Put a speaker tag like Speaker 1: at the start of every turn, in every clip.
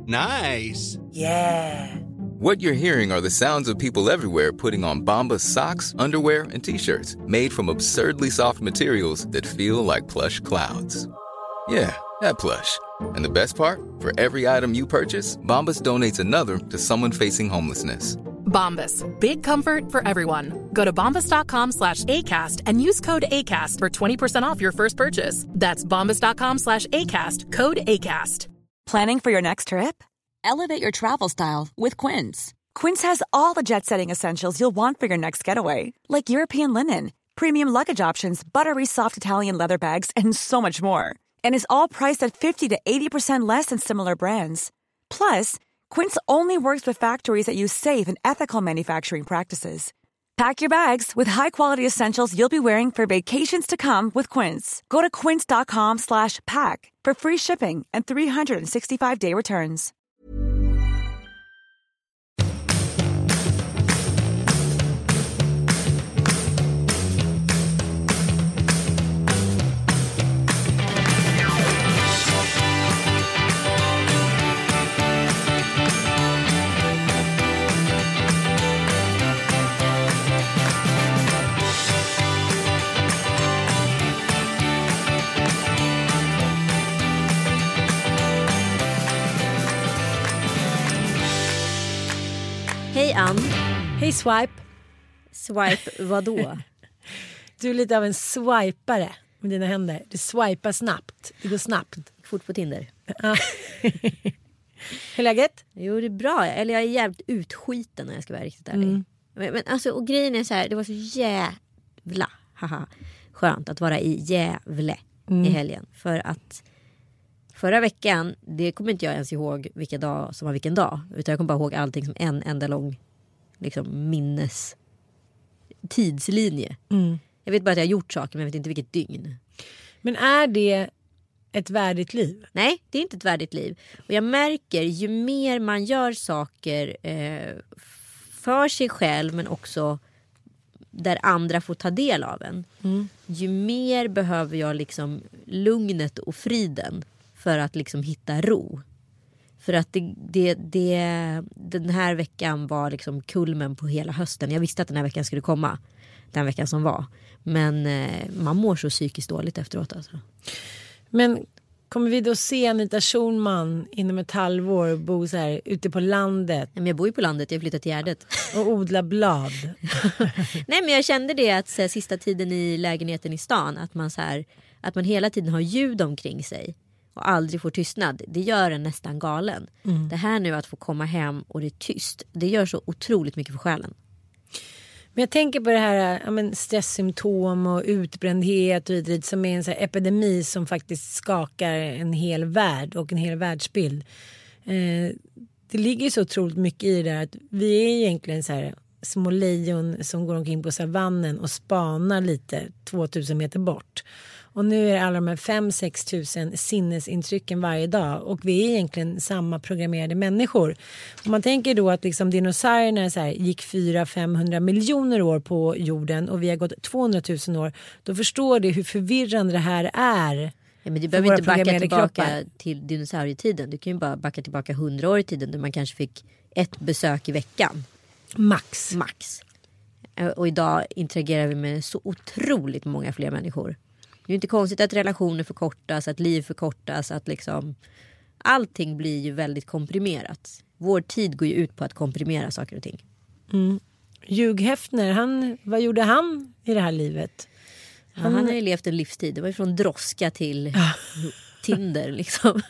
Speaker 1: Nice.
Speaker 2: Yeah.
Speaker 3: What you're hearing are the sounds of people everywhere putting on Bombas socks, underwear, and T-shirts made from absurdly soft materials that feel like plush clouds. Yeah, that plush. And the best part? For every item you purchase, Bombas donates another to someone facing homelessness.
Speaker 4: Bombas. Big comfort for everyone. Go to bombas.com/ACAST and use code ACAST for 20% off your first purchase. That's bombas.com/ACAST. Code ACAST.
Speaker 5: Planning for your next trip?
Speaker 6: Elevate your travel style with Quince.
Speaker 5: Quince has all the jet-setting essentials you'll want for your next getaway, like European linen, premium luggage options, buttery soft Italian leather bags, and so much more. And is all priced at 50 to 80% less than similar brands. Plus, Quince only works with factories that use safe and ethical manufacturing practices. Pack your bags with high-quality essentials you'll be wearing for vacations to come with Quince. Go to quince.com/pack for free shipping and 365-day returns.
Speaker 7: Hej Ann.
Speaker 2: Hej Swipe.
Speaker 7: Swipe vadå?
Speaker 2: Du är lite av en swipare med dina händer. Du swipar snabbt. Det går snabbt.
Speaker 7: Fort på Tinder.
Speaker 2: Ja. Hur är läget?
Speaker 7: Jo, det är bra. Eller jag är jävligt utskiten när jag ska vara riktigt ärlig. Men alltså, och grejen är så här, det var så jävla skönt att vara i Gävle i helgen. För att förra veckan, det kommer inte jag ens ihåg vilken dag som var vilken dag. Utan jag kommer bara ihåg allting som en enda lång liksom, minnes tidslinje. Jag vet bara att jag har gjort saker, men jag vet inte vilket dygn.
Speaker 2: Men är det ett värdigt liv?
Speaker 7: Nej, det är inte ett värdigt liv. Och jag märker, ju mer man gör saker för sig själv, men också där andra får ta del av en. Ju mer behöver jag liksom lugnet och friden för att liksom hitta ro. För att den här veckan var liksom kulmen på hela hösten. Jag visste att den här veckan skulle komma. Den veckan som var. Men man mår så psykiskt dåligt efteråt alltså.
Speaker 2: Men kommer vi då se Anita Schulman inom ett halvår bo så här ute på landet?
Speaker 7: Men jag bor ju på landet, jag har flyttat till Gärdet.
Speaker 2: Och odla blad.
Speaker 7: Nej, men jag kände det att så här, sista tiden i lägenheten i stan. Att man, så här, att man hela tiden har ljud omkring sig. Och aldrig får tystnad. Det gör en nästan galen. Det här nu att få komma hem och det är tyst. Det gör så otroligt mycket för själen.
Speaker 2: Men jag tänker på det här stresssymptom och utbrändhet och idrott som är en så här epidemi som faktiskt skakar en hel värld och en hel världsbild. Det ligger så otroligt mycket i det där att vi är egentligen så här små lejon som går omkring på savannen och spanar lite 2000 meter bort. Och nu är alla de här 5-6 tusen sinnesintrycken varje dag. Och vi är egentligen samma programmerade människor. Om man tänker då att liksom dinosaurierna så här, gick 400-500 miljoner år på jorden. Och vi har gått 200 000 år. Då förstår du hur förvirrande det här är.
Speaker 7: Ja, men du behöver inte backa tillbaka till dinosaurietiden. Du kan ju bara backa tillbaka 100 år i tiden. Där man kanske fick ett besök i veckan.
Speaker 2: Max.
Speaker 7: Och idag interagerar vi med så otroligt många fler människor. Det är inte konstigt att relationer förkortas, att liv förkortas, att liksom allting blir ju väldigt komprimerat. Vår tid går ju ut på att komprimera saker och ting.
Speaker 2: Hugh Hefner, vad gjorde han i det här livet?
Speaker 7: Han har ju levt en livstid. Det var ju från droska till Tinder liksom.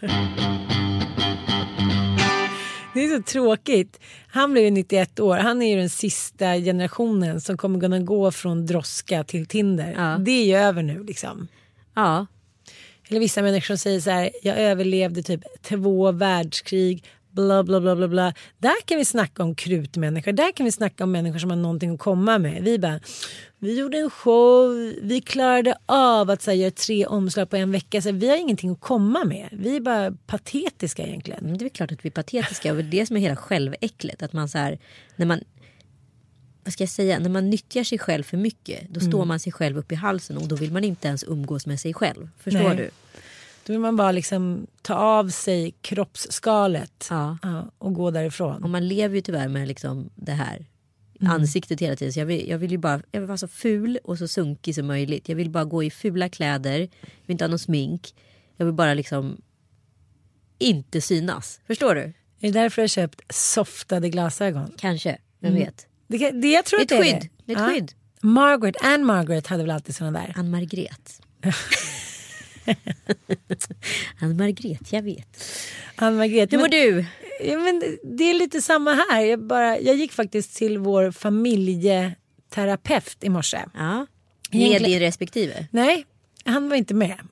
Speaker 2: Det är så tråkigt. Han blev ju 91 år. Han är ju den sista generationen som kommer kunna gå från droska till Tinder. Ja. Det är ju över nu liksom.
Speaker 7: Ja.
Speaker 2: Eller vissa människor säger så här: jag överlevde typ 2 världskrig. Bla bla bla bla bla. Där kan vi snacka om krutmänniskor. Där kan vi snacka om människor som har någonting att komma med. Vi gjorde en show. Vi klarade av att så här, göra 3 omslag på en vecka. Så vi har ingenting att komma med. Vi är bara patetiska egentligen.
Speaker 7: Men det är klart att vi är patetiska. Och det är det som är hela själväcklet. Att man så här, när man, vad ska jag säga, när man nyttjar sig själv för mycket, då står man sig själv upp i halsen och då vill man inte ens umgås med sig själv. Förstår du?
Speaker 2: Då vill man bara liksom ta av sig kroppsskalet och gå därifrån.
Speaker 7: Och man lever ju tyvärr med liksom det här ansiktet hela tiden. Så jag vill vara så ful och så sunkig som möjligt. Jag vill bara gå i fula kläder. Jag vill inte ha någon smink. Jag vill bara liksom inte synas. Förstår du?
Speaker 2: Är det därför jag har köpt softade glasögon?
Speaker 7: Kanske, vem vet.
Speaker 2: Det jag tror
Speaker 7: Det är ett skydd. Det är ett skydd.
Speaker 2: Margaret hade väl alltid såna där.
Speaker 7: Ann-Margret, jag vet.
Speaker 2: Ann-Margret.
Speaker 7: Hur mår du?
Speaker 2: Ja, men det är lite samma här. Jag gick faktiskt till vår familjeterapeut i morse.
Speaker 7: Ja. Med din respektive?
Speaker 2: Nej, han var inte med.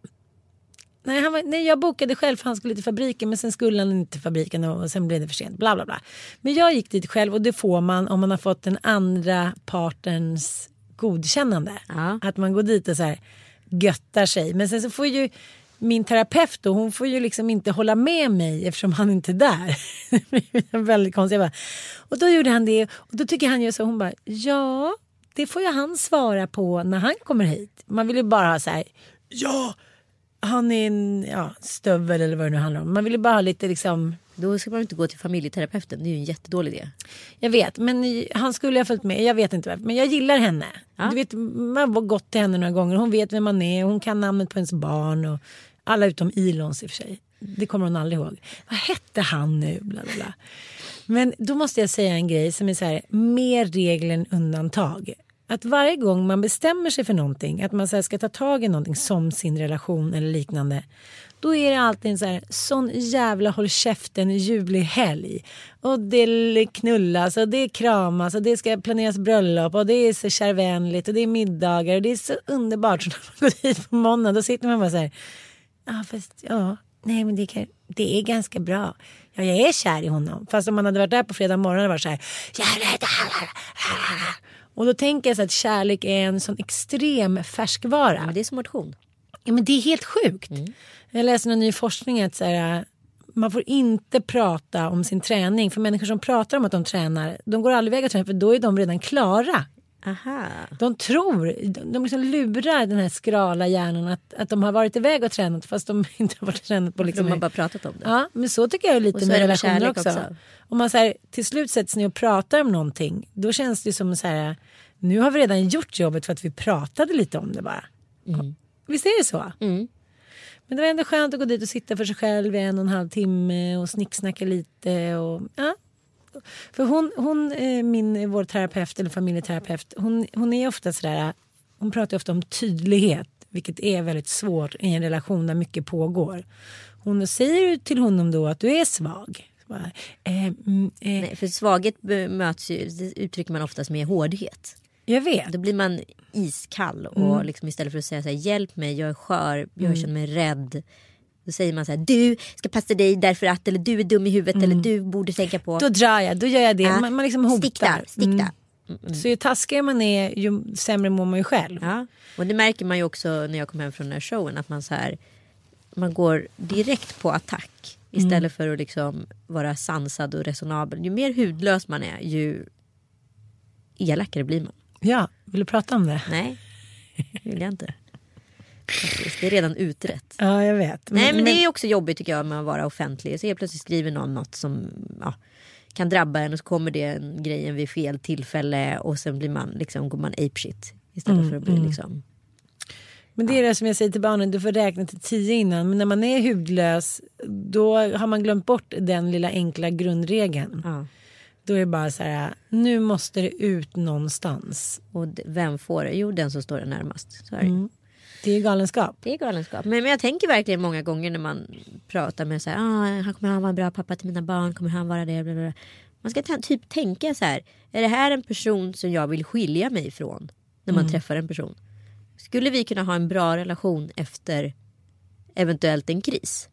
Speaker 2: Nej, jag bokade själv för han skulle till fabriken, men sen skulle han inte till fabriken och sen blev det för sent. Bla bla bla. Men jag gick dit själv och det får man om man har fått den andra partens godkännande.
Speaker 7: Ja.
Speaker 2: Att man går dit och så här göttar sig. Men sen så får ju min terapeut då, hon får ju liksom inte hålla med mig eftersom han inte är där. Det är väldigt konstigt. Och då gjorde han det och då tycker han ju så, hon bara, ja, det får ju han svara på när han kommer hit. Man vill ju bara ha så här, ja, han är en stövel eller vad det nu handlar om. Man vill ju bara ha lite liksom.
Speaker 7: Då ska man inte gå till familjeterapeuten. Det är ju en jättedålig idé.
Speaker 2: Jag vet, men han skulle ha följt med. Jag vet inte varför, men jag gillar henne. Du vet, man har gått till henne några gånger. Hon vet vem man är. Hon kan namnet på ens barn. Och alla utom Ilons i och för sig. Det kommer hon aldrig ihåg. Vad hette han nu? Bla bla bla. Men då måste jag säga en grej som är så här, mer regel än undantag. Att varje gång man bestämmer sig för någonting, att man så här ska ta tag i någonting som sin relation eller liknande, då är det alltid en så här, sån jävla håll käften ljuvlig helg. Och det knullas och det kramas och det ska planeras bröllop och det är så kärvänligt och det är middagar och det är så underbart. Så när man går dit på måndag, då sitter man bara så här, nej men det är ganska bra. Ja, jag är kär i honom. Fast om man hade varit där på fredag morgon och varit så här, och då tänker jag så att kärlek är en sån extrem färskvara.
Speaker 7: Men det är som motion.
Speaker 2: Ja, men det är helt sjukt. Jag läser en ny forskning att så här, man får inte prata om sin träning. För människor som pratar om att de tränar, de går aldrig iväg att träna, för då är de redan klara.
Speaker 7: Aha.
Speaker 2: De tror, de liksom lurar den här skrala hjärnan att de har varit iväg och tränat fast de inte har varit tränat på liksom.
Speaker 7: De har bara pratat om det.
Speaker 2: Ja, men så tycker jag lite med relationer också. Om man så här, till slut sätts ner och pratar om någonting, då känns det som så här, nu har vi redan gjort jobbet för att vi pratade lite om det bara. Visst är det så? Men det var ändå skönt att gå dit och sitta för sig själv i 1,5 timme och snicksnacka lite och för vår terapeut eller familjeterapeut, hon är ofta sådär, hon pratar ofta om tydlighet, vilket är väldigt svårt i en relation där mycket pågår. Hon säger till honom då att du är svag.
Speaker 7: Nej, för svaghet möts ju, det uttrycker man oftast med hårdhet.
Speaker 2: Jag vet.
Speaker 7: Då blir man iskall och liksom istället för att säga så här, hjälp mig, jag är skör, jag känner mig rädd. Då säger man så här, du ska passa dig därför att, eller du är dum i huvudet, eller du borde tänka på.
Speaker 2: Då drar jag, då gör jag det. Man liksom hotar.
Speaker 7: Stick där.
Speaker 2: Så ju taskigare man är, ju sämre mår man ju själv.
Speaker 7: Ja. Och det märker man ju också när jag kom hem från den här showen, att man så här, man går direkt på attack istället för att liksom vara sansad och resonabel. Ju mer hudlös man är, ju elakare blir man.
Speaker 2: Ja, vill du prata om det?
Speaker 7: Nej, det vill jag inte. Faktiskt. Det är redan utrett.
Speaker 2: Ja, jag vet.
Speaker 7: Men det är också jobbigt tycker jag med att vara offentlig. Så helt plötsligt skriver någon något som kan drabba en och så kommer det en grejen vid fel tillfälle och sen blir man liksom, går man apeshit istället för att bli liksom.
Speaker 2: Men det är det som jag säger till barnen, du får räkna till 10 innan. Men när man är hudlös, då har man glömt bort den lilla enkla grundregeln.
Speaker 7: Ja.
Speaker 2: Då är det bara så här, nu måste det ut någonstans.
Speaker 7: Och vem får det? Jo, den som står närmast. Så är det.
Speaker 2: Det är galenskap.
Speaker 7: Det är galenskap. Men jag tänker verkligen många gånger när man pratar med så här, han kommer han vara en bra pappa till mina barn, kommer han vara det, blablabla. Man ska typ tänka så här, är det här en person som jag vill skilja mig ifrån när man träffar en person? Skulle vi kunna ha en bra relation efter eventuellt en kris?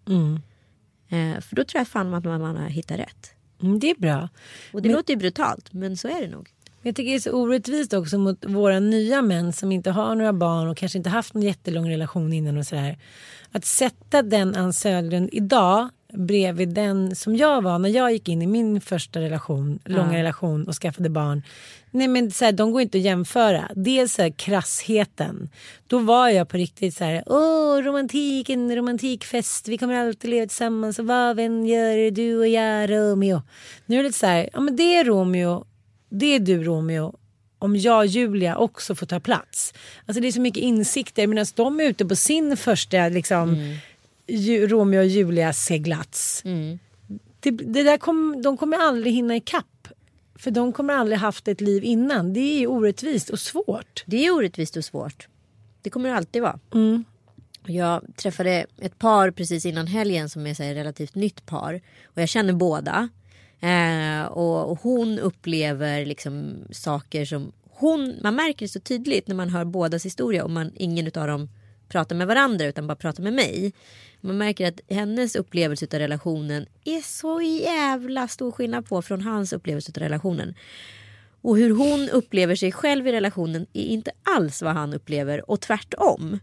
Speaker 7: För då tror jag fan att man har hittat rätt.
Speaker 2: Det är bra.
Speaker 7: Och det låter ju brutalt, men så är det nog.
Speaker 2: Jag tycker det är så orättvist också mot våra nya män som inte har några barn och kanske inte haft en jättelång relation innan och sådär. Att sätta den Ann Söderlund idag, bredvid den som jag var när jag gick in i min första relation, långa relation och skaffade barn. Nej men så här, de går inte att jämföra. Dels så här, krassheten. Då var jag på riktigt så här, romantiken, romantikfest, vi kommer alltid leva tillsammans och vad vän gör du och jag Romeo. Nu är det lite så här, ja men det är Romeo, det är du Romeo. Om jag Julia också får ta plats. Alltså det är så mycket insikter medan de är ute på sin första liksom Romeo och Julia seglats. Det där de kommer aldrig hinna i kapp. För de kommer aldrig haft ett liv innan. Det är ju orättvist och svårt.
Speaker 7: Det är orättvist och svårt. Det kommer det alltid vara. Jag träffade ett par precis innan helgen som är så här, relativt nytt par. Och jag känner båda. Och hon upplever liksom saker som man märker det så tydligt när man hör bådas historia och ingen utav dem pratar med varandra utan bara pratar med mig. Man märker att hennes upplevelse av relationen är så jävla stor skillnad på från hans upplevelse av relationen. Och hur hon upplever sig själv i relationen är inte alls vad han upplever och tvärtom.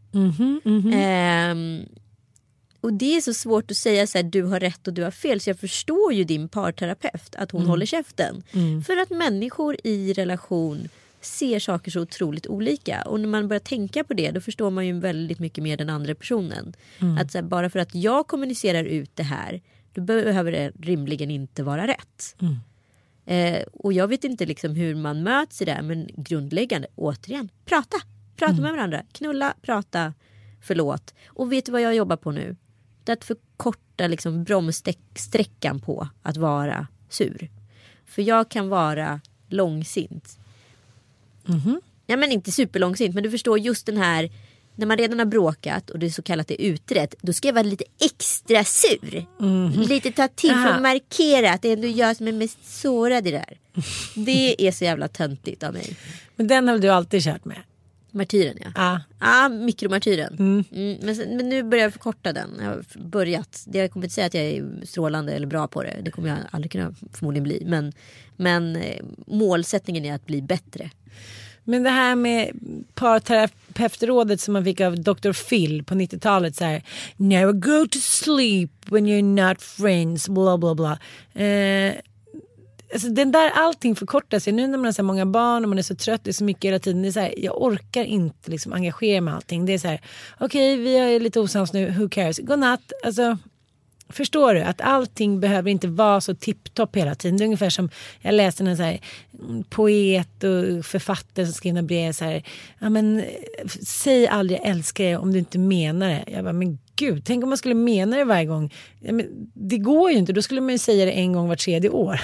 Speaker 7: Och det är så svårt att säga så här, du har rätt och du har fel. Så jag förstår ju din parterapeut att hon håller käften. För att människor i relation ser saker så otroligt olika. Och när man börjar tänka på det, då förstår man ju väldigt mycket mer den andra personen. Att så här, bara för att jag kommunicerar ut det här, då behöver det rimligen inte vara rätt. Och jag vet inte liksom hur man möts i det här, men grundläggande, återigen, prata med varandra, knulla, prata, förlåt. Och vet du vad jag jobbar på nu? Det är att förkorta liksom bromssträckan på att vara sur. För jag kan vara långsint. Ja, men inte superlångsint, men du förstår just den här, när man redan har bråkat och det är så kallat det utrett, då ska jag vara lite extra sur. Lite ta till för att markera att det är ändå jag som är mest sårad i det här. Det är så jävla töntigt av mig.
Speaker 2: Men den har du alltid kört med.
Speaker 7: Martyren, ja. Mikromartyren. Men nu börjar jag förkorta den. Jag har börjat. Jag kommer inte säga att jag är strålande eller bra på det. Det kommer jag aldrig kunna förmodligen bli. Men målsättningen är att bli bättre.
Speaker 2: Men det här med parterapeutrådet som man fick av Dr. Phil på 90-talet så här, never go to sleep when you're not friends, bla bla bla. Alltså den där allting förkortar sig nu när man har så många barn och man är så trött, det är så mycket hela tiden. Det är så här, jag orkar inte liksom engagera mig i allting. Det är så här, okej, vi är lite osams nu, who cares? Godnatt, alltså förstår du att allting behöver inte vara så tipptopp hela tiden. Det är ungefär som jag läste en så här poet och författare som skriver brev så här, ja men säg aldrig jag älskar er om du inte menar det. Jag bara, men gud, tänk om man skulle mena det varje gång. Ja, men det går ju inte, då skulle man ju säga det en gång var 3:e år.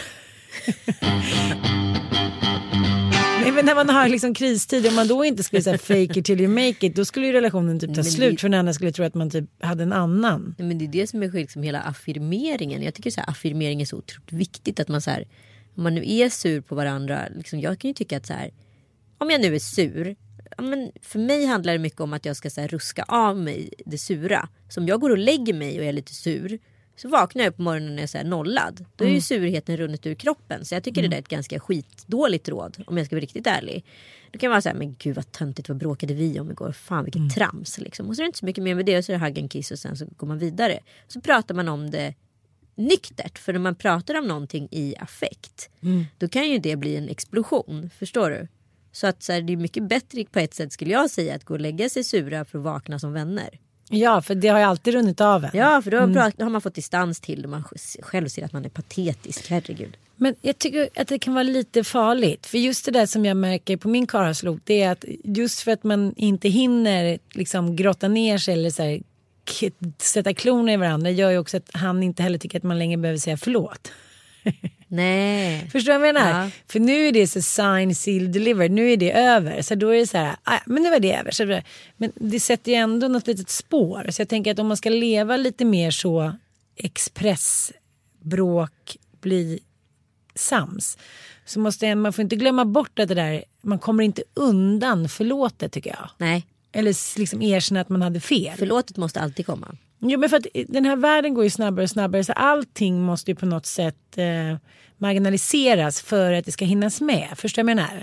Speaker 2: Nej, men när man har liksom kristid, om man då inte skulle säga fake it till you make it, då skulle ju relationen typ ta slut för den andra skulle tro att man typ hade en annan.
Speaker 7: Men det är det som är liksom hela affirmeringen. Jag tycker så här, affirmering är så otroligt viktigt att man så här, om man nu är sur på varandra, liksom, jag kan ju tycka att så här, om jag nu är sur, ja, men för mig handlar det mycket om att jag ska så här, ruska av mig det sura. Så om jag går och lägger mig och är lite sur, så vaknar jag på morgonen och är så här nollad. Då är ju surheten runnit ur kroppen. Så jag tycker det där är ett ganska skitdåligt råd. Om jag ska vara riktigt ärlig. Då kan man vara så här, men gud vad töntigt, vad bråkade vi om igår? Fan vilket trams liksom. Och så är det inte så mycket mer med det. Och så är det hugg en kiss och sen så går man vidare. Så pratar man om det nyktert. För när man pratar om någonting i affekt, då kan ju det bli en explosion. Förstår du? Så att så här, det är mycket bättre på ett sätt skulle jag säga att gå och lägga sig sura för att vakna som vänner.
Speaker 2: Ja, för det har ju alltid runnit av en.
Speaker 7: Ja, för då har man fått distans till och man själv ser att man är patetisk, herregud.
Speaker 2: Men jag tycker att det kan vara lite farligt. För just det där som jag märker på min karlslok, det är att just för att man inte hinner liksom grotta ner sig eller så här, sätta klorna i varandra, gör ju också att han inte heller tycker att man längre behöver säga förlåt.
Speaker 7: Nej.
Speaker 2: Förstår du vad jag menar? Ja. För nu är det så sign, seal, delivered. Nu är det över. Så då är det så här, men nu var det över. Så men det sätter ju ändå något litet spår. Så jag tänker att om man ska leva lite mer så expressbråk, bli sams, så måste man får inte glömma bort att det där, man kommer inte undan förlåtet tycker jag.
Speaker 7: Nej.
Speaker 2: Eller liksom erkänna att man hade fel.
Speaker 7: Förlåtet måste alltid komma.
Speaker 2: Jo, men för att den här världen går ju snabbare och snabbare, så allting måste ju på något sätt marginaliseras för att det ska hinnas med. Förstår jag menar?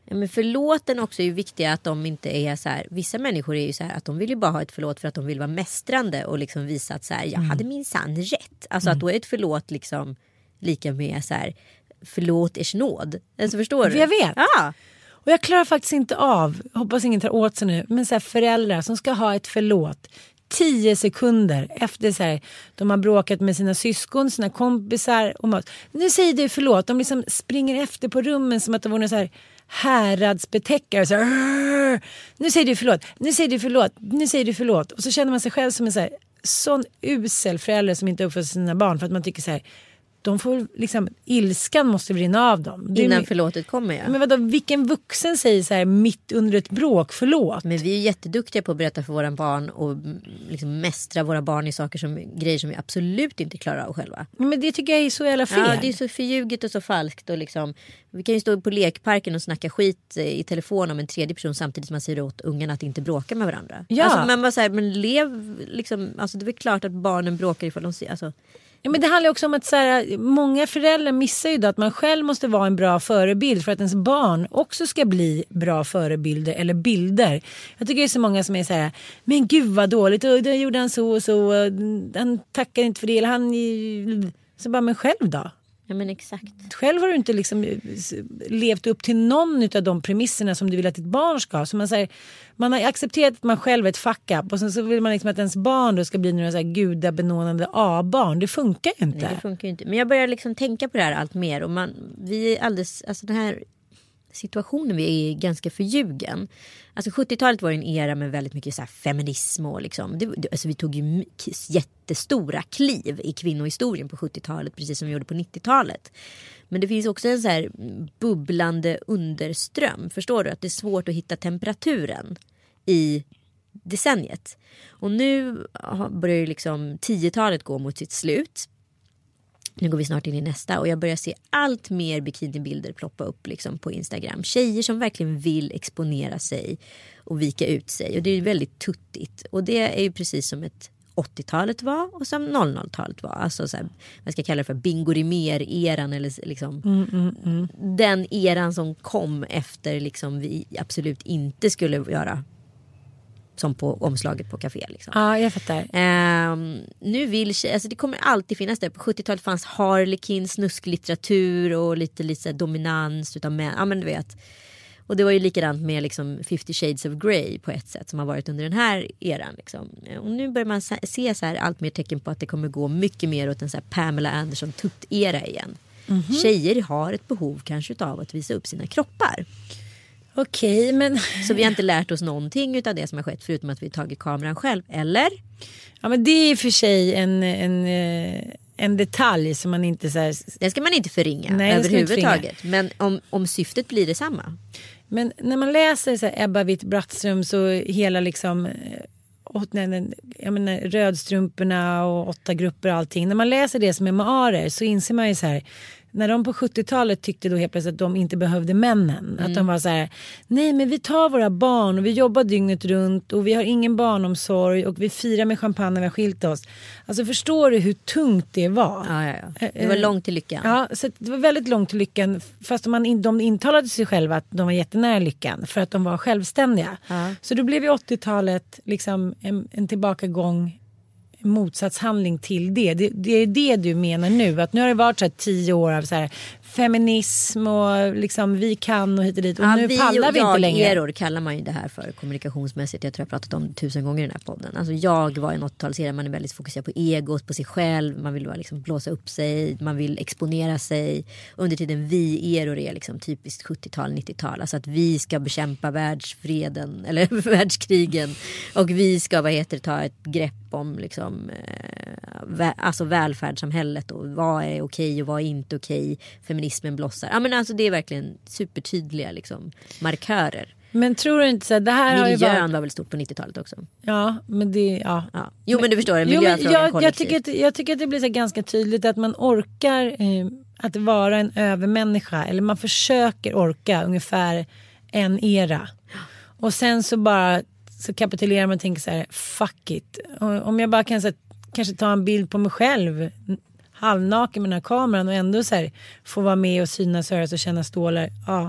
Speaker 7: Ja, men förlåten också är ju viktiga, att de inte är så här. Vissa människor är ju så här att de vill ju bara ha ett förlåt för att de vill vara mästrande och liksom visa att så här, jag hade minsann rätt. Alltså att då är ett förlåt liksom lika med så här, förlåt ers nåd. Alltså förstår du?
Speaker 2: Jag vet.
Speaker 7: Ja.
Speaker 2: Och jag klarar faktiskt inte av, hoppas ingen tar åt sig nu, men så här föräldrar som ska ha ett förlåt 10 sekunder efter så här, de har bråkat med sina syskon, sina kompisar och mat. Nu säger du förlåt, de liksom springer efter på rummen som att det vore så här häradsbetäckare så här, nu säger du förlåt, nu säger du förlåt, nu säger du förlåt. Och så känner man sig själv som en så här, sån usel förälder som inte uppfostrar sina barn för att man tycker så här, de får liksom, ilskan måste brinna av dem.
Speaker 7: Innan förlåtet kommer, ja.
Speaker 2: Men vadå, vilken vuxen säger så här mitt under ett bråk, förlåt?
Speaker 7: Men vi är jätteduktiga på att berätta för våra barn och liksom mästra våra barn i grejer som vi absolut inte klarar av själva.
Speaker 2: Men det tycker jag är så jävla fel.
Speaker 7: Ja, det är så förljuget och så falskt och liksom, vi kan ju stå på lekparken och snacka skit i telefon om en tredje person samtidigt som man säger åt ungarna att inte bråka med varandra.
Speaker 2: Ja.
Speaker 7: Alltså, man bara säger, men lev liksom, alltså det är väl klart att barnen bråkar ifall de ser, alltså.
Speaker 2: Ja, men det handlar också om att så här, många föräldrar missar ju då att man själv måste vara en bra förebild för att ens barn också ska bli bra förebilder eller bilder. Jag tycker det är så många som är så här, men gud vad dåligt, och då gjorde han så och så, han tackar inte för det, eller han så bara, men själv då?
Speaker 7: Ja, men exakt.
Speaker 2: Själv har du inte liksom levt upp till någon av de premisserna som du vill att ditt barn ska. Så man säger, man har accepterat att man själv är ett fuck up och sen så vill man liksom att ens barn då ska bli några så här gudabenådande A-barn. Det funkar ju inte.
Speaker 7: Nej, det funkar ju inte. Men jag börjar liksom tänka på det här allt mer och vi är alldeles, alltså den här situationen vi är ganska förljugen. Alltså 70-talet var en era med väldigt mycket så här feminism och liksom, alltså vi tog ju jättestora kliv i kvinnohistorien på 70-talet precis som vi gjorde på 90-talet. Men det finns också en så här bubblande underström. Förstår du att det är svårt att hitta temperaturen i decenniet. Och nu börjar liksom 10-talet gå mot sitt slut. Nu går vi snart in i nästa och jag börjar se allt mer bikinibilder ploppa upp liksom på Instagram. Tjejer som verkligen vill exponera sig och vika ut sig. Och det är väldigt tuttigt. Och det är ju precis som ett 80-talet var och som 00-talet var. Alltså så här, man ska kalla det för Bingo Rimér-eran eller liksom den eran som kom efter liksom vi absolut inte skulle göra som på omslaget på café liksom.
Speaker 2: Ja, jag fattar.
Speaker 7: Nu vill alltså det kommer alltid finnas där. På 70-talet fanns Harlequin, snusklitteratur och lite så dominans utav män. Ja, men du vet. Och det var ju likadant med liksom 50 Shades of Grey på ett sätt som har varit under den här eran liksom. Och nu börjar man se så här allt mer tecken på att det kommer gå mycket mer åt en så här Pamela Anderson tutt-era igen. Tjejer har ett behov kanske av att visa upp sina kroppar.
Speaker 2: Okej, men
Speaker 7: så vi har inte lärt oss någonting utav det som har skett förutom att vi tagit kameran själv, eller?
Speaker 2: Ja, men det är för sig en detalj som man inte så här...
Speaker 7: Det ska man inte förringa.
Speaker 2: Nej,
Speaker 7: överhuvudtaget. Men om syftet blir detsamma.
Speaker 2: Men när man läser så här Ebba Witt-Brattström så hela liksom jag menar, rödstrumporna och 8 grupper och allting. När man läser det som är memoarer så inser man ju så här, när de på 70-talet tyckte då helt plötsligt att de inte behövde männen. Att de var så här, nej men vi tar våra barn och vi jobbar dygnet runt och vi har ingen barnomsorg och vi firar med champagne när vi har skilt oss. Alltså förstår du hur tungt det var?
Speaker 7: Ja. Det var långt till lyckan.
Speaker 2: Ja, så det var väldigt långt till lyckan. Fast de intalade sig själva att de var jättenära lyckan för att de var självständiga. Ja. Så då blev ju 80-talet liksom en tillbakagång, motsatshandling till det. Det är det du menar nu. Att nu har det varit så här 10 år av så här feminism och liksom vi kan och hit och dit. Och nu pallar vi inte längre.
Speaker 7: Eror kallar man ju det här för kommunikationsmässigt. Jag tror jag har pratat om 1000 gånger i den här podden. Alltså jag var i något talserad. Man är väldigt fokuserad på egot, på sig själv. Man vill bara liksom blåsa upp sig. Man vill exponera sig. Under tiden vi-eror är liksom typiskt 70-tal, 90-tal. Alltså att vi ska bekämpa världsfreden eller världskrigen. Och vi ska ta ett grepp om liksom, alltså välfärdssamhället och vad är okej och vad är inte okej. Feminismen blossar. Ja, men alltså det är verkligen supertydliga liksom, markörer.
Speaker 2: Men tror du inte så här, det här har ju varit...
Speaker 7: var väl stort på 90-talet också.
Speaker 2: Ja, men det... Ja.
Speaker 7: Jo, men du förstår, miljöfrågan
Speaker 2: jag tycker att det blir så ganska tydligt att man orkar att vara en övermänniska. Eller man försöker orka ungefär en era. Och sen så bara så kapitulerar man och tänker så här, fuck it. Om jag bara kan så här, kanske ta en bild på mig själv halvnaken med den här kameran och ändå så här, få vara med och synas, höras och känna stålar. Ja,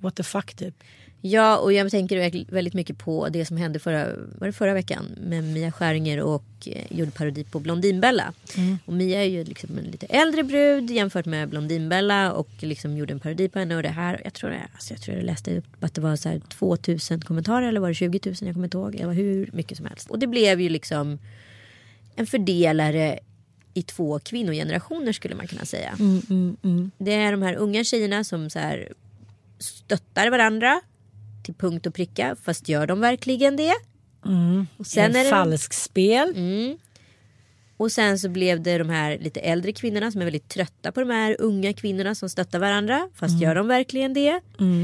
Speaker 2: what the fuck typ.
Speaker 7: Ja, och jag tänker väldigt mycket på det som hände förra veckan med Mia Skäringer och gjorde parodi på Blondinbella. Och Mia är ju liksom en lite äldre brud jämfört med Blondinbella och liksom gjorde en parodi på henne och det här. Jag tror jag läste upp att det var så här 2000 kommentarer eller var det 20 000, jag kommer inte ihåg. Det var hur mycket som helst. Och det blev ju liksom en fördelare i 2 kvinnogenerationer skulle man kunna säga. Det är de här unga tjejerna som så här stöttar varandra till punkt och pricka, fast gör de verkligen det? Och sen är det
Speaker 2: falsk spel.
Speaker 7: Och sen så blev det de här lite äldre kvinnorna som är väldigt trötta på de här unga kvinnorna som stöttar varandra, fast gör de verkligen det?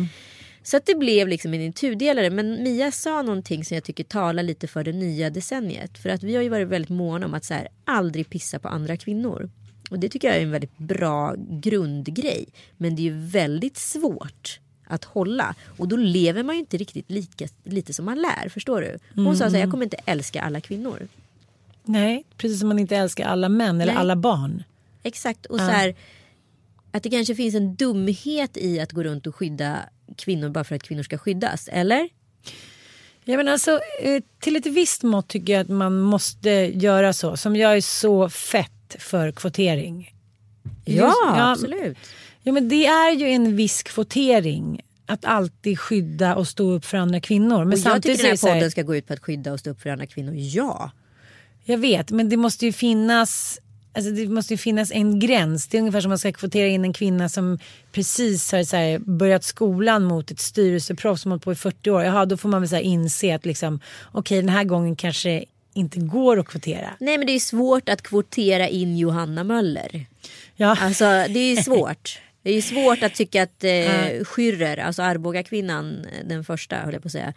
Speaker 7: Så att det blev liksom en tudelare. Men Mia sa någonting som jag tycker talar lite för det nya decenniet. För att vi har ju varit väldigt måna om att så här, aldrig pissa på andra kvinnor. Och det tycker jag är en väldigt bra grundgrej. Men det är ju väldigt svårt att hålla. Och då lever man ju inte riktigt lite som man lär, förstår du? Hon sa så här, jag kommer inte älska alla kvinnor.
Speaker 2: Nej, precis som man inte älskar alla män eller alla barn.
Speaker 7: Exakt, och så här, att det kanske finns en dumhet i att gå runt och skydda kvinnor bara för att kvinnor ska skyddas, eller?
Speaker 2: Ja, men alltså, till ett visst mått tycker jag att man måste göra så. Som jag är så fett för kvotering.
Speaker 7: Ja, absolut.
Speaker 2: Ja, men det är ju en viss kvotering att alltid skydda och stå upp för andra kvinnor. Men
Speaker 7: och jag tycker den här podden
Speaker 2: ska
Speaker 7: gå ut på att skydda och stå upp för andra kvinnor, ja.
Speaker 2: Jag vet, men det måste ju finnas... Alltså det måste ju finnas en gräns. Det är ungefär som man ska kvotera in en kvinna som precis har så här, börjat skolan mot ett styrelseproffs som hållit på i 40 år. Jaha, då får man väl så här inse att liksom, okej, den här gången kanske inte går att kvotera.
Speaker 7: Nej, men det är svårt att kvotera in Johanna Möller.
Speaker 2: Ja.
Speaker 7: Alltså det är svårt. Det är svårt att tycka att Schürrer, alltså Arboga kvinnan, den första höll jag på att säga,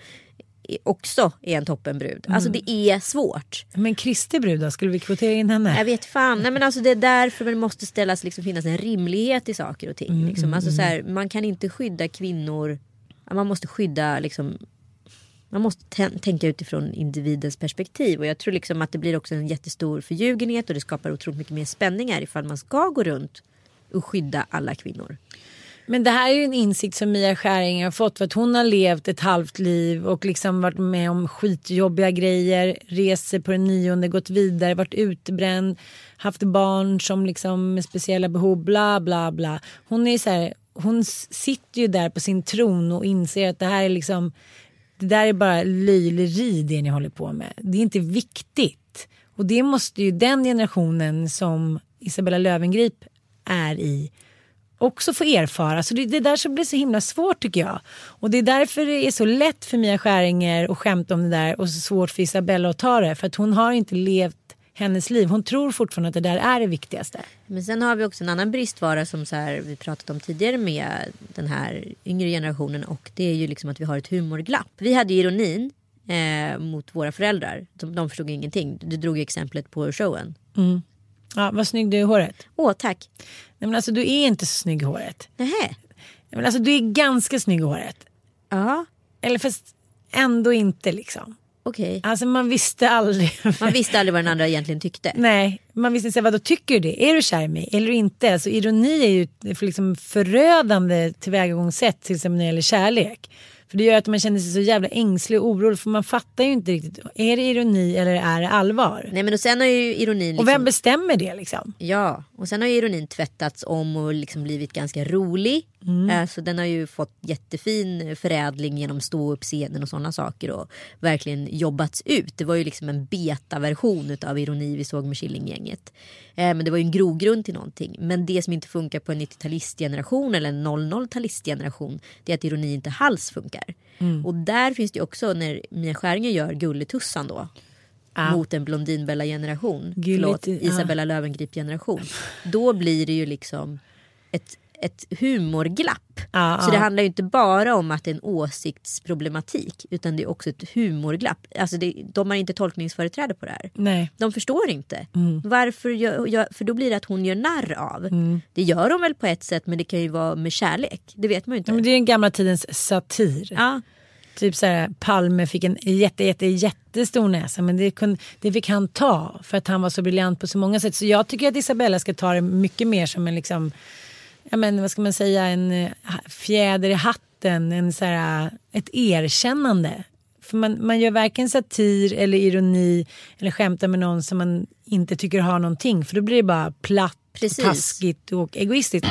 Speaker 7: också är en toppenbrud. Alltså det är svårt.
Speaker 2: Men Kristi brud då? Skulle vi kvotera in henne?
Speaker 7: Jag vet fan. Nej, men alltså det är därför det måste finnas en rimlighet i saker och ting. Liksom. Alltså så här, man kan inte skydda kvinnor. Man måste skydda liksom, man måste tänka utifrån individens perspektiv. Och jag tror liksom att det blir också en jättestor förljugenhet och det skapar otroligt mycket mer spänningar ifall man ska gå runt och skydda alla kvinnor.
Speaker 2: Men det här är ju en insikt som Mia Skäringer har fått för att hon har levt ett halvt liv och liksom varit med om skitjobbiga grejer, reser på den 9:e, gått vidare, varit utbränd, haft barn som liksom med speciella behov, bla bla bla. Hon är så här, hon sitter ju där på sin tron och inser att det här är liksom, det där är bara löjleri det ni håller på med. Det är inte viktigt. Och det måste ju den generationen som Isabella Löwengrip är i också få erfara. Så det är där som blir så himla svårt tycker jag. Och det är därför det är så lätt för Mia Skäringer att skämta om det där och så svårt för Isabella att ta det. För att hon har inte levt hennes liv. Hon tror fortfarande att det där är det viktigaste. Men
Speaker 7: sen har vi också en annan bristvara som så här, vi pratat om tidigare med den här yngre generationen. Och det är ju liksom att vi har ett humorglapp. Vi hade ironin mot våra föräldrar. De förstod ingenting. Du drog exemplet på showen.
Speaker 2: Mm. Ja, vad snygg du är i håret.
Speaker 7: Åh, tack.
Speaker 2: Nej, men alltså du är inte så snygg i håret.
Speaker 7: Nähä.
Speaker 2: Men alltså du är ganska snygg i håret.
Speaker 7: Ja.
Speaker 2: Eller fast ändå inte liksom.
Speaker 7: Okej.
Speaker 2: Alltså man visste aldrig.
Speaker 7: Man visste aldrig vad den andra egentligen tyckte.
Speaker 2: Nej, man visste inte vad då tycker du det? Är du kär i mig eller inte? Alltså ironi är ju liksom förödande tillvägagångssätt till exempel när det gäller kärlek. För det gör att man känner sig så jävla ängslig och orolig. För man fattar ju inte riktigt. Är det ironi eller är det allvar?
Speaker 7: Nej, men och sen har ju ironin liksom...
Speaker 2: Och vem bestämmer det liksom?
Speaker 7: Ja, och sen har ju ironin tvättats om och liksom blivit ganska rolig. Så den har ju fått jättefin förädling genom stå-upp-scenen och sådana saker. Och verkligen jobbats ut. Det var ju liksom en beta-version av ironi vi såg med Killinggänget. Men det var ju en grogrund till någonting. Men det som inte funkar på en 90-talistgeneration eller en 00-talistgeneration, det är att ironi inte alls funkar. Och där finns det också när Mia Skäringer gör Gulletussan då. Mot en Blondinbella-generation. Förlåt, Isabella Löwengrip-generation. Då blir det ju liksom ett humorglapp. Så det handlar ju inte bara om att det är en åsiktsproblematik, utan det är också ett humorglapp. Alltså de har inte tolkningsföreträde på det här.
Speaker 2: Nej.
Speaker 7: De förstår inte. Varför för då blir det att hon gör narr av. Det gör de väl på ett sätt, men det kan ju vara med kärlek. Det vet man ju inte.
Speaker 2: Men det är den gamla tidens satir.
Speaker 7: Ja.
Speaker 2: Typ så här, Palme fick en jättestor näsa, men det fick han ta för att han var så briljant på så många sätt. Så jag tycker att Isabella ska ta det mycket mer som en liksom, ja men vad ska man säga, en fjäder i hatten botten så här, ett erkännande. För man gör varken satir eller ironi eller skämtar med någon som man inte tycker har någonting. För då blir det bara platt, taskigt och egoistiskt.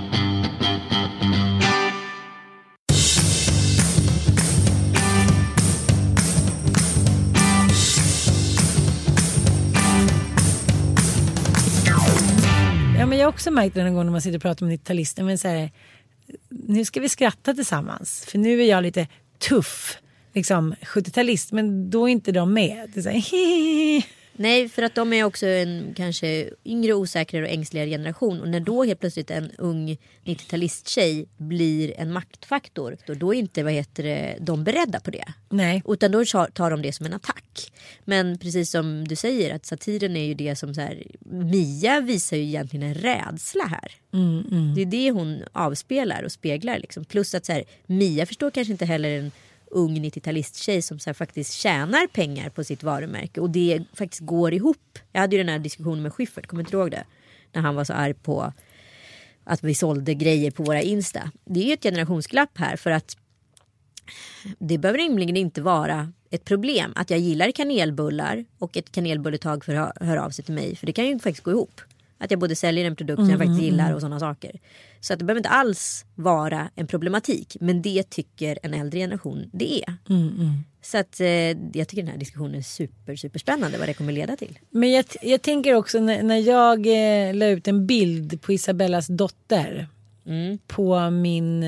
Speaker 2: Ja, men jag har också märkt det någon gång när man sitter och pratar med 90-talister. Men så här, nu ska vi skratta tillsammans. För nu är jag lite tuff. Liksom 70-talist, men då är inte de med. Det är så här,
Speaker 7: Nej, för att de är också en kanske yngre, osäkrare och ängsligare generation. Och när då helt plötsligt en ung 90-talist-tjej blir en maktfaktor, då är inte de beredda på det.
Speaker 2: Nej.
Speaker 7: Utan då tar de det som en attack. Men precis som du säger, att satiren är ju det som så här, Mia visar ju egentligen en rädsla här. Det är det hon avspelar och speglar liksom. Plus att så här, Mia förstår kanske inte heller en ung 90-talist-tjej som så här faktiskt tjänar pengar på sitt varumärke. Och det faktiskt går ihop. Jag hade ju den här diskussionen med Schyffert, kommer inte ihåg det? När han var så arg på att vi sålde grejer på våra Insta. Det är ju ett generationsglapp här, för att det behöver rimligen inte vara ett problem att jag gillar kanelbullar och ett kanelbulletag hör av sig till mig. För det kan ju faktiskt gå ihop. Att jag både säljer en produkt som jag faktiskt gillar och sådana saker. Så att det behöver inte alls vara en problematik. Men det tycker en äldre generation det är. Så att jag tycker den här diskussionen är superspännande vad det kommer leda till.
Speaker 2: Men jag tänker också när jag la ut en bild på Isabellas dotter på min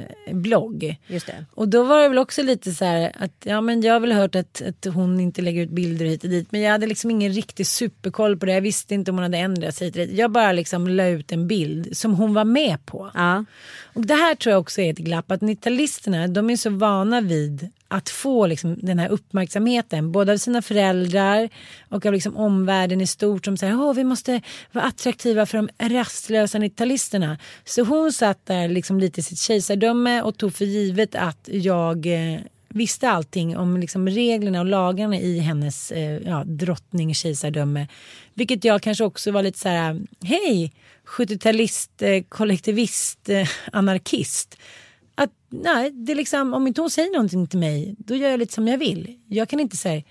Speaker 2: blogg.
Speaker 7: Just det.
Speaker 2: Och då var det väl också lite så här att ja, men jag har väl hört att hon inte lägger ut bilder hit och dit, men jag hade liksom ingen riktig superkoll på det. Jag visste inte om hon hade ändrat sig till det. Jag bara liksom la ut en bild som hon var med på.
Speaker 7: Ja.
Speaker 2: Och det här tror jag också är ett glapp, att 90-talisterna, de är så vana vid att få liksom den här uppmärksamheten både av sina föräldrar och av liksom omvärlden i stort, som säger vi måste vara attraktiva för de rastlösa 90-talisterna. Så hon satt där liksom lite i sitt kejsardöme och tog för givet att jag visste allting om liksom reglerna och lagarna i hennes drottning kejsardöme. Vilket jag kanske också var lite så här: hej, 70-talist, kollektivist, anarkist. Att nej, det är liksom, om inte hon säger någonting till mig, då gör jag lite som jag vill. Jag kan inte säga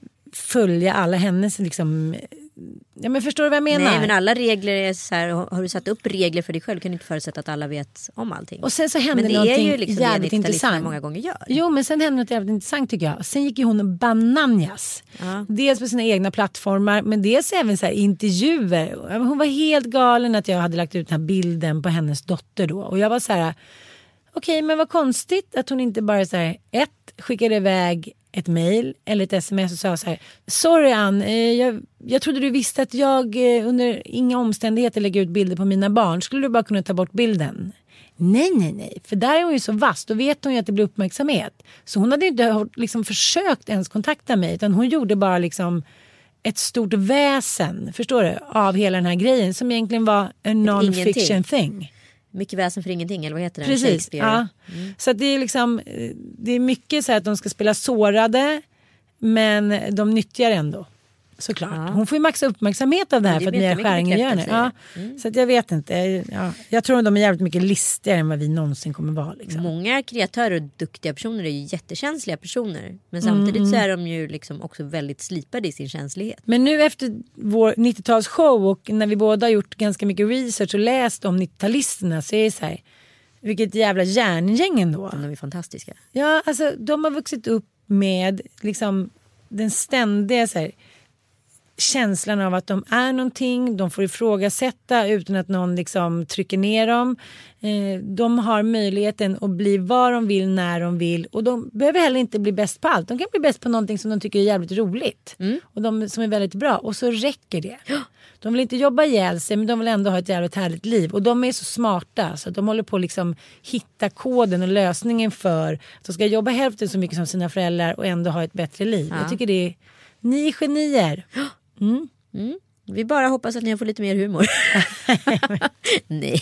Speaker 2: följa alla hennes liksom. Ja, men förstår du vad jag menar?
Speaker 7: Nej, men alla regler är så här, har du satt upp regler för dig själv kan du inte förutsätta att alla vet om allting.
Speaker 2: Och sen så hände någonting
Speaker 7: är ju liksom
Speaker 2: jävligt intressant.
Speaker 7: Många gånger gör.
Speaker 2: Jo, men sen hände något jävligt intressant tycker jag. Sen gick ju hon bananjas. Ja. Dels på sina egna plattformar, men dels även så här intervjuer. Hon var helt galen att jag hade lagt ut den här bilden på hennes dotter då. Och jag var så här: okej, men vad konstigt att hon inte bara så här, skickade iväg ett mejl eller ett sms och sa så här: sorry Ann, jag trodde du visste att jag under inga omständigheter lägger ut bilder på mina barn. Skulle du bara kunna ta bort bilden? Nej. För där är hon ju så vass. Då vet hon ju att det blir uppmärksamhet. Så hon hade inte liksom försökt ens kontakta mig, utan hon gjorde bara liksom ett stort väsen, förstår du, av hela den här grejen som egentligen var en non-fiction thing.
Speaker 7: Mycket väsen för ingenting, eller vad heter det?
Speaker 2: Precis, ja. Så att det är liksom, det är mycket så att de ska spela sårade, men de nyttjar ändå. Såklart. Ja. Hon får ju maxa uppmärksamhet av det här för att Mia Skäringer gör det. Ja. Så att jag vet inte. Jag tror att de är jävligt mycket listigare än vad vi någonsin kommer vara. Liksom.
Speaker 7: Många kreatörer och duktiga personer är ju jättekänsliga personer. Men samtidigt så är de ju liksom också väldigt slipade i sin känslighet.
Speaker 2: Men nu efter vår 90-talsshow och när vi båda har gjort ganska mycket research och läst om 90-talisterna, så är det så här: vilket jävla järngäng ändå.
Speaker 7: De är fantastiska.
Speaker 2: Ja, alltså de har vuxit upp med liksom den ständiga så här, känslan av att de är någonting, de får ifrågasätta utan att någon liksom trycker ner dem. De har möjligheten att bli vad de vill när de vill, och de behöver heller inte bli bäst på allt. De kan bli bäst på någonting som de tycker är jävligt roligt och de som är väldigt bra, och så räcker det. De vill inte jobba ihjäl sig, men de vill ändå ha ett jävligt härligt liv, och de är så smarta så att de håller på att liksom hitta koden och lösningen för att de ska jobba hälften så mycket som sina föräldrar och ändå ha ett bättre liv. Jag tycker det är, ni är genier.
Speaker 7: Vi bara hoppas att ni får lite mer humor. Nej.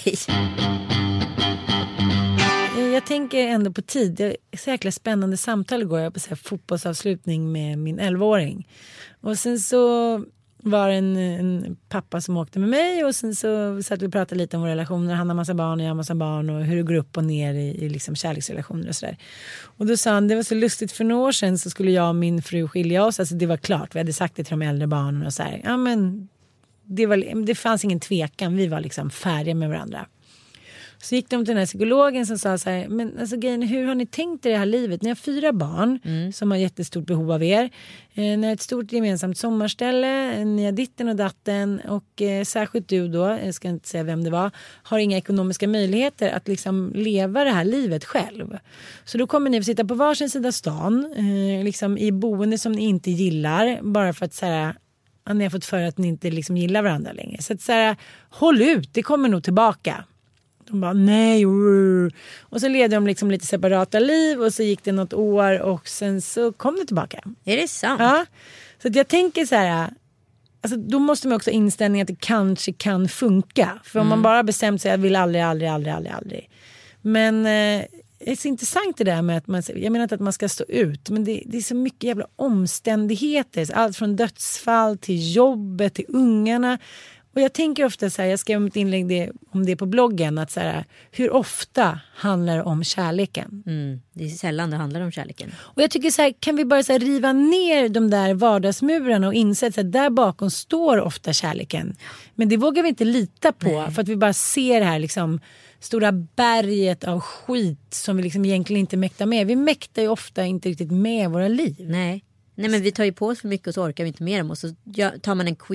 Speaker 2: Jag tänker ändå på tid. Det är så jäkla spännande samtal igår. Jag på så här fotbollsavslutning med min 11-åring. Och sen så var en pappa som åkte med mig och sen så satt vi och pratade lite om våra relationer. Han har massa barn och jag har massa barn och hur det går upp och ner i liksom kärleksrelationer och sådär. Och då sa han, det var så lustigt, för några år sedan så skulle jag och min fru skilja oss. Alltså det var klart, vi hade sagt det till de äldre barnen och så här. Ja men det fanns ingen tvekan, vi var liksom färdiga med varandra. Så gick de till den här psykologen som sa så här, men alltså grejen, hur har ni tänkt er det här livet? Ni har 4 barn som har jättestort behov av er. Ni har ett stort gemensamt sommarställe, ni har ditten och datten och särskilt du då, jag ska inte säga vem det var, har inga ekonomiska möjligheter att liksom leva det här livet själv. Så då kommer ni att sitta på varsin sida stan, liksom i boende som ni inte gillar, bara för att så här, ni har fått för att ni inte liksom gillar varandra längre. Så att så här, håll ut, det kommer nog tillbaka. De bara nej. Och så levde de liksom lite separata liv och så gick det något år och sen så kom det tillbaka.
Speaker 7: Är det sant?
Speaker 2: Ja. Så att jag tänker så här, alltså då måste man också ha inställningen att det kanske kan funka. För om man bara bestämt sig att jag vill aldrig. Men det är så intressant det där med att man, jag menar inte att man ska stå ut, men det är så mycket jävla omständigheter. Allt från dödsfall till jobbet till ungarna. Och jag tänker ofta så här, jag skrev ett inlägg om det på bloggen, att så här, hur ofta handlar det om kärleken?
Speaker 7: Det är sällan det handlar om kärleken.
Speaker 2: Och jag tycker så här, kan vi bara så här riva ner de där vardagsmurarna och inse att så här, där bakom står ofta kärleken. Men det vågar vi inte lita på för att vi bara ser det här liksom stora berget av skit som vi liksom egentligen inte mäktar med. Vi mäktar ju ofta inte riktigt med våra liv.
Speaker 7: Nej, men vi tar ju på oss för mycket och så orkar vi inte med dem och så tar man en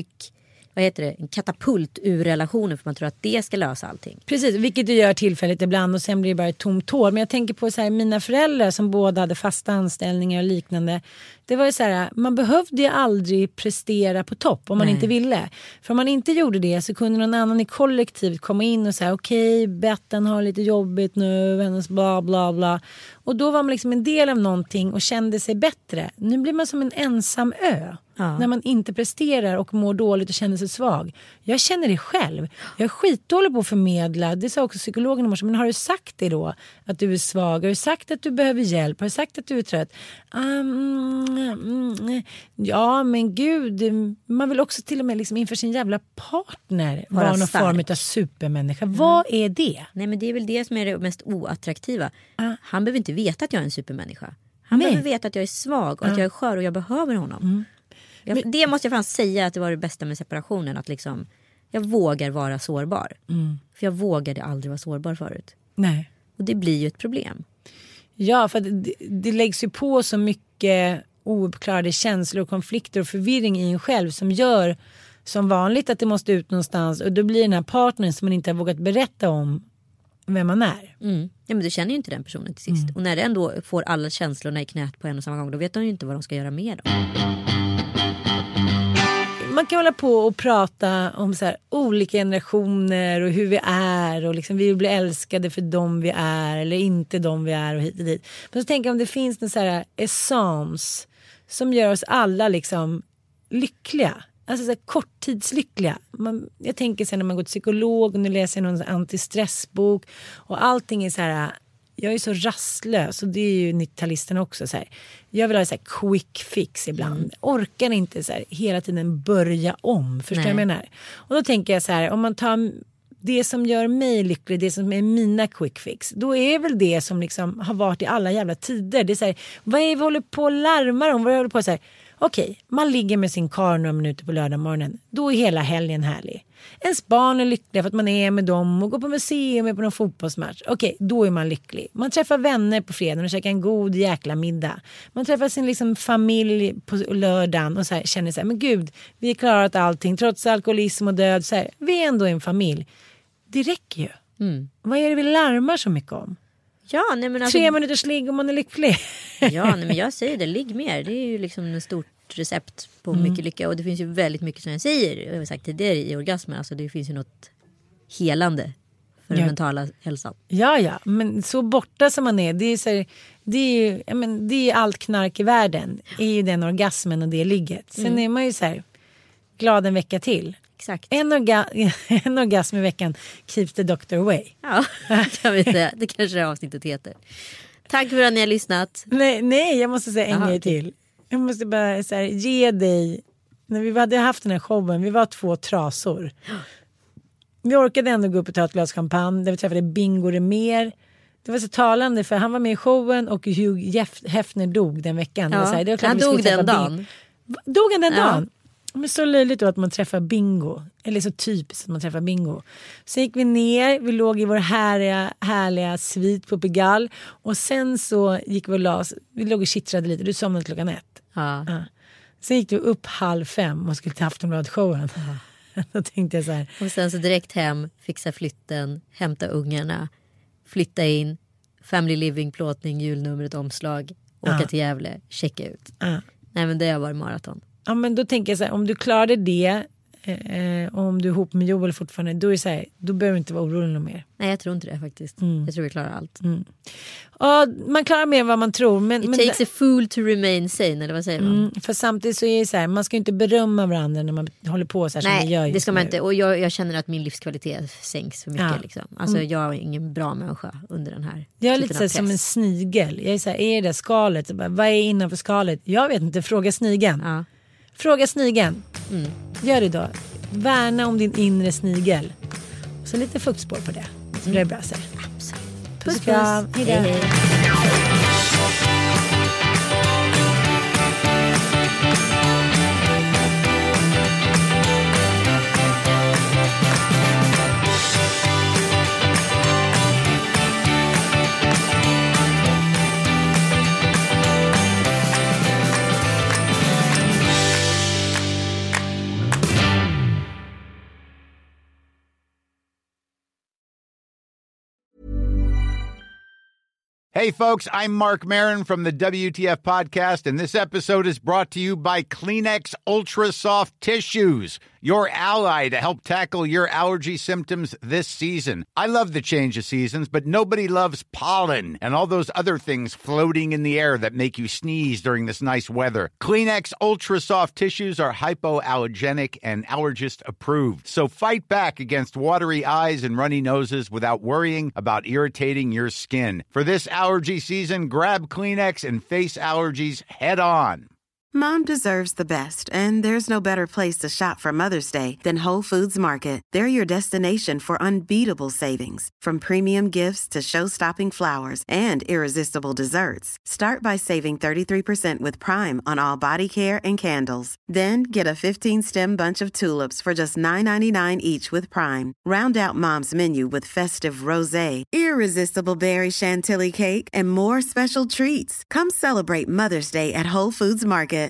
Speaker 7: en katapult ur relationen för man tror att det ska lösa allting.
Speaker 2: Precis, vilket det gör tillfälligt ibland och sen blir det bara ett tomt hår. Men jag tänker på så här, mina föräldrar som båda hade fasta anställningar och liknande. Det var ju så här, man behövde ju aldrig prestera på topp om man inte ville. För om man inte gjorde det så kunde någon annan i kollektivet komma in och säga okej, Bettan har lite jobbigt nu, hennes bla bla bla. Och då var man liksom en del av någonting och kände sig bättre. Nu blir man som en ensam ö. Ja. När man inte presterar och mår dåligt och känner sig svag. Jag känner det själv. Jag är skitdålig på att förmedla. Det sa också psykologen i morse. Men har du sagt det då? Att du är svag? Har du sagt att du behöver hjälp? Har du sagt att du är trött? Ja, men gud. Man vill också till och med liksom inför sin jävla partner vara någon form av supermänniska. Vad är det?
Speaker 7: Nej, men det är väl det som är det mest oattraktiva. Han behöver inte veta att jag är en supermänniska. Han behöver veta att jag är svag och att jag är skör och jag behöver honom. Det måste jag fan säga att det var det bästa med separationen. Att liksom, jag vågar vara sårbar. För jag vågade aldrig vara sårbar förut.
Speaker 2: Nej.
Speaker 7: Och det blir ju ett problem.
Speaker 2: Ja, för det läggs ju på så mycket ouppklarade känslor och konflikter och förvirring i en själv som gör som vanligt att det måste ut någonstans. Och då blir den här partnern som man inte har vågat berätta om vem man är.
Speaker 7: Ja, men du känner ju inte den personen till sist. Och när det ändå får alla känslorna i knät på en och samma gång, då vet de ju inte vad de ska göra med dem.
Speaker 2: Man kan hålla på och prata om så här olika generationer och hur vi är och liksom vi vill bli älskade för dem vi är eller inte dem vi är och hit och dit. Men så tänker jag om det finns en så här essence som gör oss alla liksom lyckliga. Alltså så här korttidslyckliga. Jag tänker sen när man går till psykolog och nu läser jag någon antistressbok och allting är så här. Jag är så rastlös och det är ju 90-talisterna också så här. Jag vill ha så här quick fix ibland. Orkar inte så här hela tiden börja om. Förstår jag menar? Och då tänker jag så här, om man tar det som gör mig lycklig, det som är mina quick fix, då är väl det som liksom har varit i alla jävla tider. Det är så här, vad är vi håller på att larma om? Vad håller på så här? Okej, man ligger med sin karl några minuter på lördag morgonen. Då är hela helgen härlig. Ens barn är lyckliga för att man är med dem och går på museum och på någon fotbollsmatch. Okej, då är man lycklig. Man träffar vänner på fredagen och käkar en god jäkla middag. Man träffar sin liksom familj på lördagen och så här, känner så här, men gud, vi har klarat allting trots alkoholism och död. Så här, vi är ändå en familj. Det räcker ju. Vad är det vi larmar så mycket om?
Speaker 7: Ja, nej, men alltså,
Speaker 2: 3 minuters ligg om man är lycklig.
Speaker 7: Ja, nej, men jag säger det, ligg mer. Det är ju liksom en stort recept på mycket lycka. Och det finns ju väldigt mycket som jag säger. Jag har sagt tidigare i orgasmen. Alltså det finns ju något helande för den mentala hälsan. Ja,
Speaker 2: men så borta som man är. Det är, så här, det är ju, ja, men det är allt knark i världen. Är ju den orgasmen och det ligget. Sen är man ju så här glad en vecka till.
Speaker 7: Exakt.
Speaker 2: En orgasm i veckan keeps the doctor away.
Speaker 7: Ja, kan vi säga. Det kanske det avsnittet heter. Tack för att ni har lyssnat.
Speaker 2: Nej, jag måste säga en grej till. Jag måste bara så här, ge dig när vi hade haft den här showen, vi var 2 trasor. Vi orkade ändå gå upp och ta ett glas champagne där vi träffade Bingo Remer. Det var så talande för han var med i showen och Hugh Hefner dog den veckan.
Speaker 7: Ja.
Speaker 2: Det var
Speaker 7: Han dog den dagen.
Speaker 2: Dog han den dagen? Men så löjligt då att man träffar Bingo. Eller så typiskt att man träffar Bingo. Sen gick vi ner, vi låg i vår härliga svit på Pigalle. Och sen så gick vi och vi låg och kittrade lite. Du somnade klockan 1.
Speaker 7: Ja.
Speaker 2: Sen gick du upp 4:30 och skulle till Aftonbladet-showen. Då tänkte jag så här.
Speaker 7: Och sen så direkt hem, fixa flytten, hämta ungarna, flytta in, family living, plåtning, julnumret, omslag, åka till Gävle, checka ut. Nej, men det har varit maraton.
Speaker 2: Ja, men då tänker jag så här, om du klarade det och om du är ihop med Joel fortfarande, då är det så här, då behöver du inte vara orolig något mer.
Speaker 7: Nej, jag tror inte det faktiskt. Jag tror vi klarar allt.
Speaker 2: Ja, man klarar mer än vad man tror.
Speaker 7: It takes a fool to remain sane, eller vad säger man?
Speaker 2: För samtidigt så är det så här, man ska ju inte berömma varandra när man håller på så här.
Speaker 7: Nej,
Speaker 2: som vi gör just
Speaker 7: det ska man
Speaker 2: nu.
Speaker 7: inte. Och jag känner att min livskvalitet sänks för mycket.
Speaker 2: Ja.
Speaker 7: Liksom. Alltså jag är ingen bra människa under den här
Speaker 2: Jag är
Speaker 7: typen
Speaker 2: lite
Speaker 7: av
Speaker 2: så här,
Speaker 7: press.
Speaker 2: som en snigel. Jag är så här, är det skalet? Så bara, vad är innanför skalet? Jag vet inte, fråga snigeln.
Speaker 7: Ja.
Speaker 2: Fråga snigeln. Gör det då. Värna om din inre snigel. Och så lite fuktspår på det. Så blir det bra så. Puss, puss. Hej då.
Speaker 7: Hej.
Speaker 1: Hey, folks, I'm Mark Maron from the WTF Podcast, and this episode is brought to you by Kleenex Ultra Soft Tissues, your ally to help tackle your allergy symptoms this season. I love the change of seasons, but nobody loves pollen and all those other things floating in the air that make you sneeze during this nice weather. Kleenex Ultra Soft Tissues are hypoallergenic and allergist approved, so fight back against watery eyes and runny noses without worrying about irritating your skin. For this allergy season, grab Kleenex and face allergies head on.
Speaker 8: Mom deserves the best, and there's no better place to shop for Mother's Day than Whole Foods Market. They're your destination for unbeatable savings, from premium gifts to show-stopping flowers and irresistible desserts. Start by saving 33% with Prime on all body care and candles. Then get a 15-stem bunch of tulips for just $9.99 each with Prime. Round out Mom's menu with festive rosé, irresistible berry chantilly cake, and more special treats. Come celebrate Mother's Day at Whole Foods Market.